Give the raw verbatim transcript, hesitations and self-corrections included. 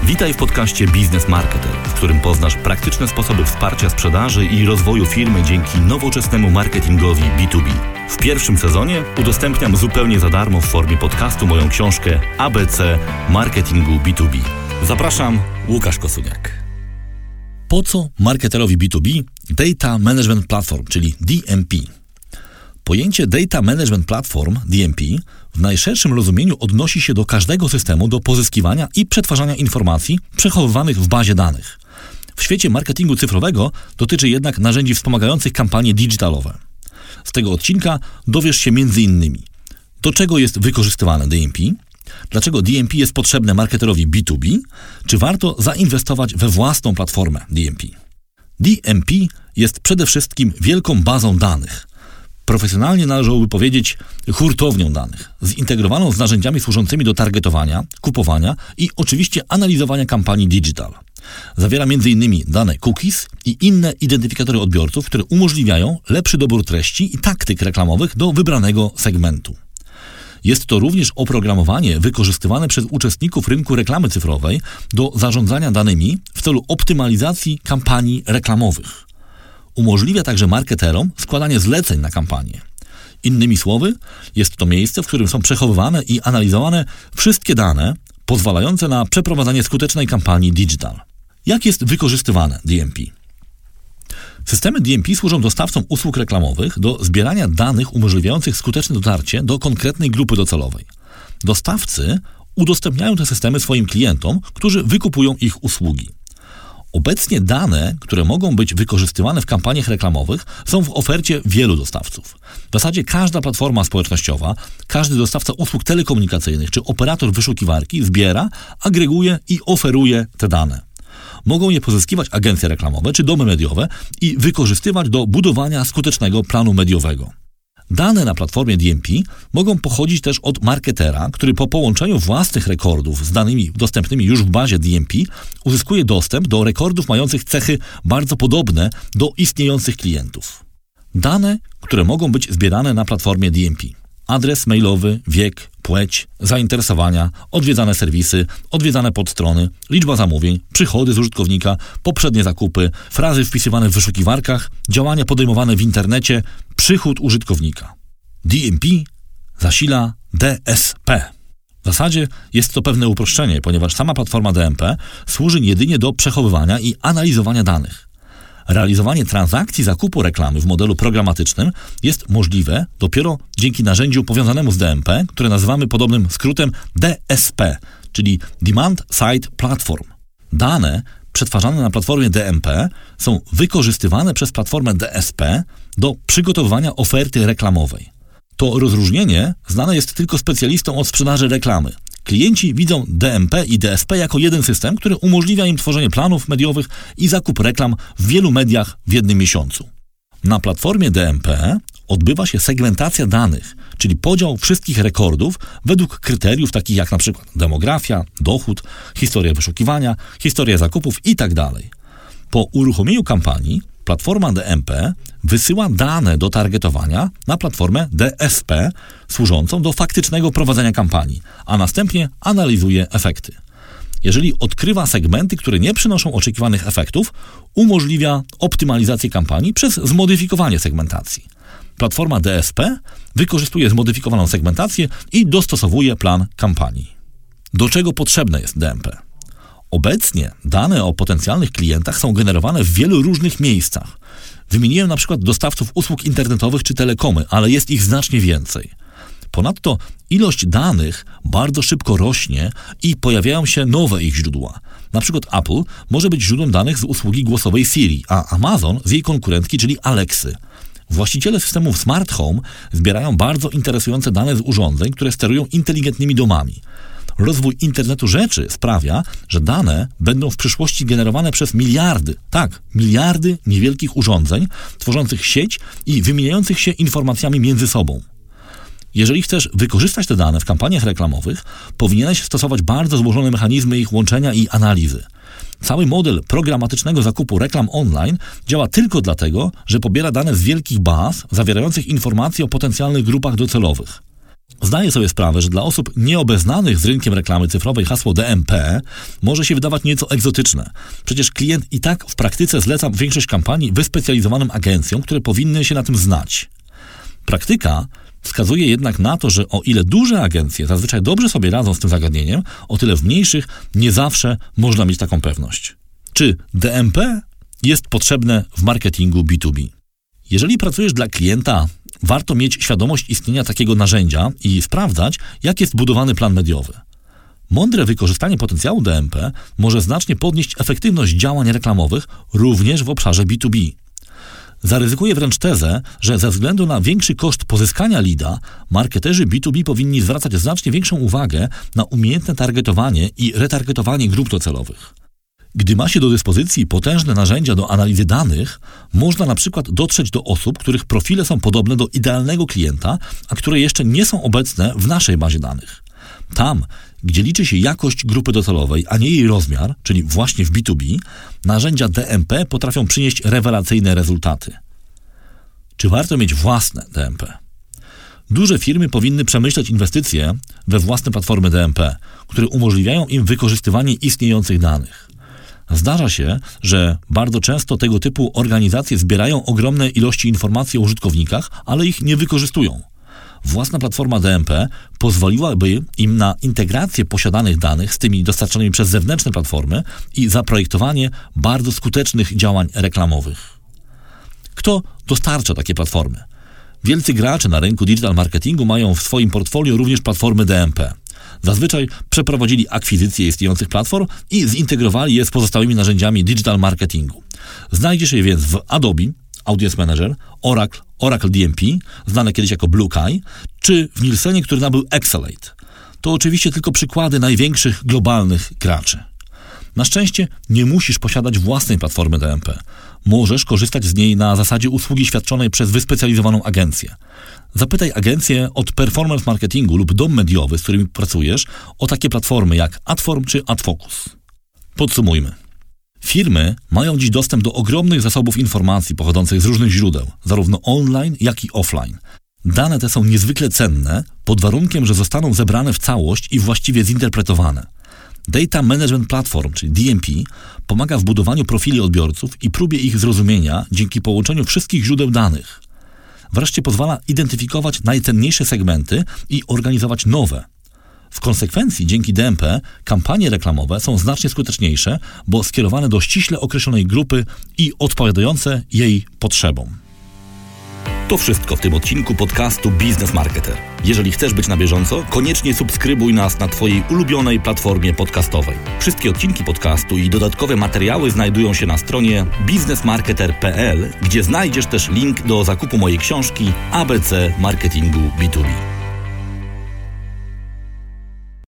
Witaj w podcaście Biznes Marketer, w którym poznasz praktyczne sposoby wsparcia sprzedaży i rozwoju firmy dzięki nowoczesnemu marketingowi B dwa B. W pierwszym sezonie udostępniam zupełnie za darmo w formie podcastu moją książkę A B C Marketingu B dwa B. Zapraszam, Łukasz Kosuniak. Po co marketerowi B dwa B Data Management Platform, czyli D M P? Pojęcie Data Management Platform, D M P, w najszerszym rozumieniu odnosi się do każdego systemu do pozyskiwania i przetwarzania informacji przechowywanych w bazie danych. W świecie marketingu cyfrowego dotyczy jednak narzędzi wspomagających kampanie digitalowe. Z tego odcinka dowiesz się między innymi, do czego jest wykorzystywane D M P, dlaczego D M P jest potrzebne marketerowi B dwa B, czy warto zainwestować we własną platformę D M P. D M P jest przede wszystkim wielką bazą danych. Profesjonalnie należałoby powiedzieć hurtownią danych, zintegrowaną z narzędziami służącymi do targetowania, kupowania i oczywiście analizowania kampanii digital. Zawiera między innymi dane cookies i inne identyfikatory odbiorców, które umożliwiają lepszy dobór treści i taktyk reklamowych do wybranego segmentu. Jest to również oprogramowanie wykorzystywane przez uczestników rynku reklamy cyfrowej do zarządzania danymi w celu optymalizacji kampanii reklamowych. Umożliwia także marketerom składanie zleceń na kampanię. Innymi słowy, jest to miejsce, w którym są przechowywane i analizowane wszystkie dane pozwalające na przeprowadzanie skutecznej kampanii digital. Jak jest wykorzystywane D M P? Systemy D M P służą dostawcom usług reklamowych do zbierania danych umożliwiających skuteczne dotarcie do konkretnej grupy docelowej. Dostawcy udostępniają te systemy swoim klientom, którzy wykupują ich usługi. Obecnie dane, które mogą być wykorzystywane w kampaniach reklamowych, są w ofercie wielu dostawców. W zasadzie każda platforma społecznościowa, każdy dostawca usług telekomunikacyjnych czy operator wyszukiwarki zbiera, agreguje i oferuje te dane. Mogą je pozyskiwać agencje reklamowe czy domy mediowe i wykorzystywać do budowania skutecznego planu mediowego. Dane na platformie D M P mogą pochodzić też od marketera, który po połączeniu własnych rekordów z danymi dostępnymi już w bazie D M P uzyskuje dostęp do rekordów mających cechy bardzo podobne do istniejących klientów. Dane, które mogą być zbierane na platformie D M P. Adres mailowy, wiek, płeć, zainteresowania, odwiedzane serwisy, odwiedzane podstrony, liczba zamówień, przychody z użytkownika, poprzednie zakupy, frazy wpisywane w wyszukiwarkach, działania podejmowane w internecie, przychód użytkownika. D M P zasila D S P. W zasadzie jest to pewne uproszczenie, ponieważ sama platforma D M P służy jedynie do przechowywania i analizowania danych. Realizowanie transakcji zakupu reklamy w modelu programatycznym jest możliwe dopiero dzięki narzędziu powiązanemu z D M P, które nazywamy podobnym skrótem D S P, czyli Demand Side Platform. Dane przetwarzane na platformie D M P są wykorzystywane przez platformę D S P do przygotowywania oferty reklamowej. To rozróżnienie znane jest tylko specjalistom od sprzedaży reklamy. Klienci widzą D M P i D S P jako jeden system, który umożliwia im tworzenie planów mediowych i zakup reklam w wielu mediach w jednym miesiącu. Na platformie D M P odbywa się segmentacja danych, czyli podział wszystkich rekordów według kryteriów takich jak na przykład demografia, dochód, historia wyszukiwania, historia zakupów itd. Po uruchomieniu kampanii platforma D M P wysyła dane do targetowania na platformę D S P służącą do faktycznego prowadzenia kampanii, a następnie analizuje efekty. Jeżeli odkrywa segmenty, które nie przynoszą oczekiwanych efektów, umożliwia optymalizację kampanii przez zmodyfikowanie segmentacji. Platforma D S P wykorzystuje zmodyfikowaną segmentację i dostosowuje plan kampanii. Do czego potrzebne jest D M P? Obecnie dane o potencjalnych klientach są generowane w wielu różnych miejscach. Wymieniłem na przykład dostawców usług internetowych czy telekomy, ale jest ich znacznie więcej. Ponadto ilość danych bardzo szybko rośnie i pojawiają się nowe ich źródła. Na przykład Apple może być źródłem danych z usługi głosowej Siri, a Amazon z jej konkurentki, czyli Alexy. Właściciele systemów Smart Home zbierają bardzo interesujące dane z urządzeń, które sterują inteligentnymi domami. Rozwój internetu rzeczy sprawia, że dane będą w przyszłości generowane przez miliardy, tak, miliardy niewielkich urządzeń tworzących sieć i wymieniających się informacjami między sobą. Jeżeli chcesz wykorzystać te dane w kampaniach reklamowych, powinieneś stosować bardzo złożone mechanizmy ich łączenia i analizy. Cały model programatycznego zakupu reklam online działa tylko dlatego, że pobiera dane z wielkich baz zawierających informacje o potencjalnych grupach docelowych. Zdaję sobie sprawę, że dla osób nieobeznanych z rynkiem reklamy cyfrowej hasło D M P może się wydawać nieco egzotyczne. Przecież klient i tak w praktyce zleca większość kampanii wyspecjalizowanym agencjom, które powinny się na tym znać. Praktyka wskazuje jednak na to, że o ile duże agencje zazwyczaj dobrze sobie radzą z tym zagadnieniem, o tyle w mniejszych nie zawsze można mieć taką pewność. Czy D M P jest potrzebne w marketingu B dwa B? Jeżeli pracujesz dla klienta, warto mieć świadomość istnienia takiego narzędzia i sprawdzać, jak jest budowany plan mediowy. Mądre wykorzystanie potencjału D M P może znacznie podnieść efektywność działań reklamowych również w obszarze B dwa B. Zaryzykuję wręcz tezę, że ze względu na większy koszt pozyskania leada, marketerzy B dwa B powinni zwracać znacznie większą uwagę na umiejętne targetowanie i retargetowanie grup docelowych. Gdy ma się do dyspozycji potężne narzędzia do analizy danych, można na przykład dotrzeć do osób, których profile są podobne do idealnego klienta, a które jeszcze nie są obecne w naszej bazie danych. Tam, gdzie liczy się jakość grupy docelowej, a nie jej rozmiar, czyli właśnie w B dwa B, narzędzia D M P potrafią przynieść rewelacyjne rezultaty. Czy warto mieć własne D M P? Duże firmy powinny przemyśleć inwestycje we własne platformy D M P, które umożliwiają im wykorzystywanie istniejących danych. Zdarza się, że bardzo często tego typu organizacje zbierają ogromne ilości informacji o użytkownikach, ale ich nie wykorzystują. Własna platforma D M P pozwoliłaby im na integrację posiadanych danych z tymi dostarczanymi przez zewnętrzne platformy i zaprojektowanie bardzo skutecznych działań reklamowych. Kto dostarcza takie platformy? Wielcy gracze na rynku digital marketingu mają w swoim portfolio również platformy D M P. Zazwyczaj przeprowadzili akwizycję istniejących platform i zintegrowali je z pozostałymi narzędziami digital marketingu. Znajdziesz je więc w Adobe, Audience Manager, Oracle, Oracle D M P, znane kiedyś jako BlueKai, czy w Nielsenie, który nabył Excelate. To oczywiście tylko przykłady największych globalnych graczy. Na szczęście nie musisz posiadać własnej platformy D M P. Możesz korzystać z niej na zasadzie usługi świadczonej przez wyspecjalizowaną agencję. Zapytaj agencję od performance marketingu lub dom mediowy, z którymi pracujesz, o takie platformy jak Adform czy AdFocus. Podsumujmy. Firmy mają dziś dostęp do ogromnych zasobów informacji pochodzących z różnych źródeł, zarówno online, jak i offline. Dane te są niezwykle cenne, pod warunkiem, że zostaną zebrane w całość i właściwie zinterpretowane. Data Management Platform, czyli D M P, pomaga w budowaniu profili odbiorców i próbie ich zrozumienia dzięki połączeniu wszystkich źródeł danych. Wreszcie pozwala identyfikować najcenniejsze segmenty i organizować nowe. W konsekwencji dzięki D M P kampanie reklamowe są znacznie skuteczniejsze, bo skierowane do ściśle określonej grupy i odpowiadające jej potrzebom. To wszystko w tym odcinku podcastu Biznes Marketer. Jeżeli chcesz być na bieżąco, koniecznie subskrybuj nas na Twojej ulubionej platformie podcastowej. Wszystkie odcinki podcastu i dodatkowe materiały znajdują się na stronie biznesmarketer kropka p l, gdzie znajdziesz też link do zakupu mojej książki A B C Marketingu B dwa B.